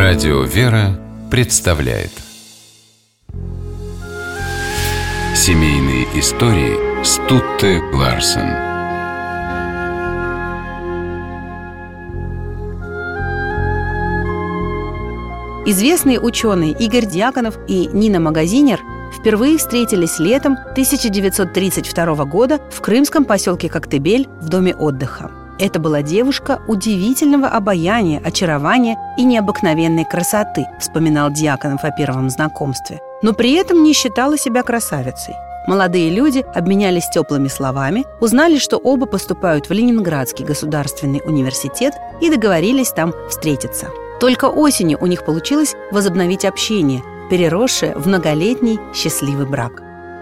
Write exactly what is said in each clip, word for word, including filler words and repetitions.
Радио «Вера» представляет семейные истории Стутте Ларсен. Известные ученые Игорь Дьяконов и Нина Магазинер впервые встретились летом тысяча девятьсот тридцать второго года в крымском поселке Коктебель в доме отдыха. Это была девушка удивительного обаяния, очарования и необыкновенной красоты, вспоминал Дьяконов о первом знакомстве, но при этом не считала себя красавицей. Молодые люди обменялись теплыми словами, узнали, что оба поступают в Ленинградский государственный университет и договорились там встретиться. Только осенью у них получилось возобновить общение, переросшее в многолетний счастливый брак.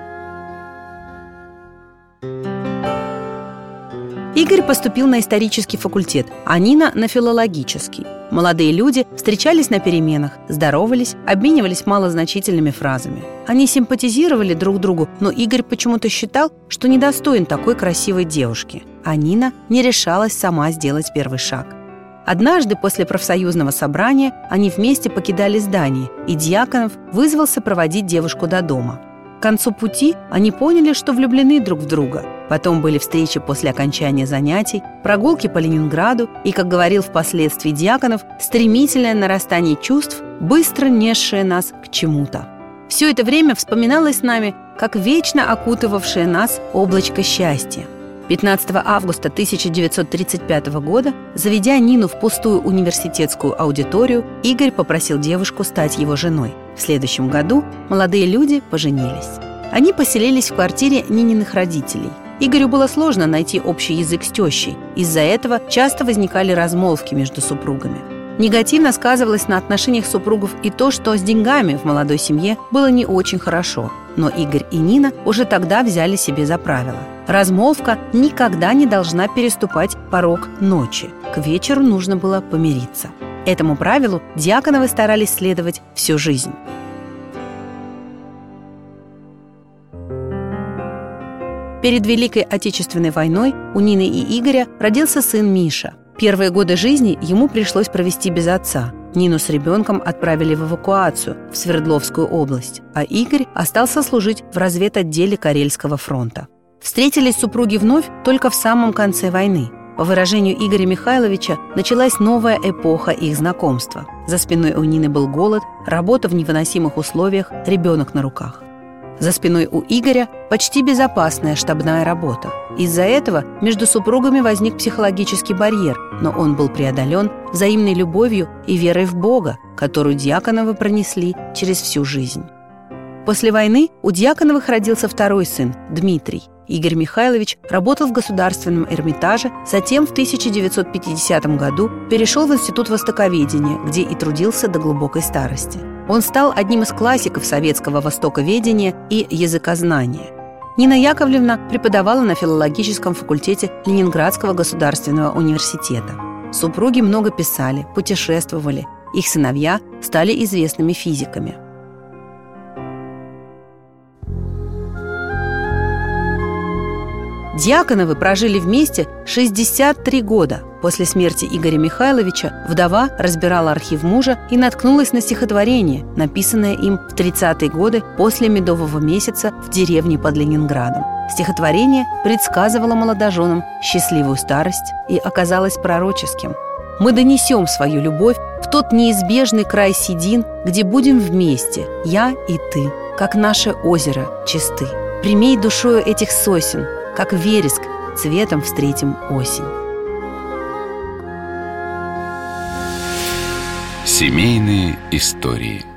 Игорь поступил на исторический факультет, а Нина – на филологический. Молодые люди встречались на переменах, здоровались, обменивались малозначительными фразами. Они симпатизировали друг другу, но Игорь почему-то считал, что недостоин такой красивой девушки, а Нина не решалась сама сделать первый шаг. Однажды после профсоюзного собрания они вместе покидали здание, и Дьяконов вызвался проводить девушку до дома. К концу пути они поняли, что влюблены друг в друга. Потом были встречи после окончания занятий, прогулки по Ленинграду и, как говорил впоследствии Дьяконов, стремительное нарастание чувств, быстро несшее нас к чему-то. Все это время вспоминалось нами, как вечно окутывавшее нас облачко счастья. пятнадцатого августа тысяча девятьсот тридцать пятого года, заведя Нину в пустую университетскую аудиторию, Игорь попросил девушку стать его женой. В следующем году молодые люди поженились. Они поселились в квартире Нининых родителей. Игорю было сложно найти общий язык с тещей. Из-за этого часто возникали размолвки между супругами. Негативно сказывалось на отношениях супругов и то, что с деньгами в молодой семье было не очень хорошо. Но Игорь и Нина уже тогда взяли себе за правило: размолвка никогда не должна переступать порог ночи. К вечеру нужно было помириться. Этому правилу Дьяконовы старались следовать всю жизнь. Перед Великой Отечественной войной у Нины и Игоря родился сын Миша. Первые годы жизни ему пришлось провести без отца. Нину с ребенком отправили в эвакуацию в Свердловскую область, а Игорь остался служить в разведотделе Карельского фронта. Встретились супруги вновь только в самом конце войны. По выражению Игоря Михайловича, началась новая эпоха их знакомства. За спиной у Нины был голод, работа в невыносимых условиях, ребенок на руках. За спиной у Игоря почти безопасная штабная работа. Из-за этого между супругами возник психологический барьер, но он был преодолен взаимной любовью и верой в Бога, которую Дьяконовы пронесли через всю жизнь. После войны у Дьяконовых родился второй сын, Дмитрий. Игорь Михайлович работал в Государственном Эрмитаже, затем в тысяча девятьсот пятидесятом году перешел в Институт востоковедения, где и трудился до глубокой старости. Он стал одним из классиков советского востоковедения и языкознания. Нина Яковлевна преподавала на филологическом факультете Ленинградского государственного университета. Супруги много писали, путешествовали. Их сыновья стали известными физиками. Дьяконовы прожили вместе шестьдесят три года. После смерти Игоря Михайловича вдова разбирала архив мужа и наткнулась на стихотворение, написанное им в тридцатые годы после медового месяца в деревне под Ленинградом. Стихотворение предсказывало молодоженам счастливую старость и оказалось пророческим. «Мы донесем свою любовь в тот неизбежный край седин, где будем вместе, я и ты, как наше озеро чисты. Примей душою этих сосен, как вереск, цветом встретим осень». Семейные истории.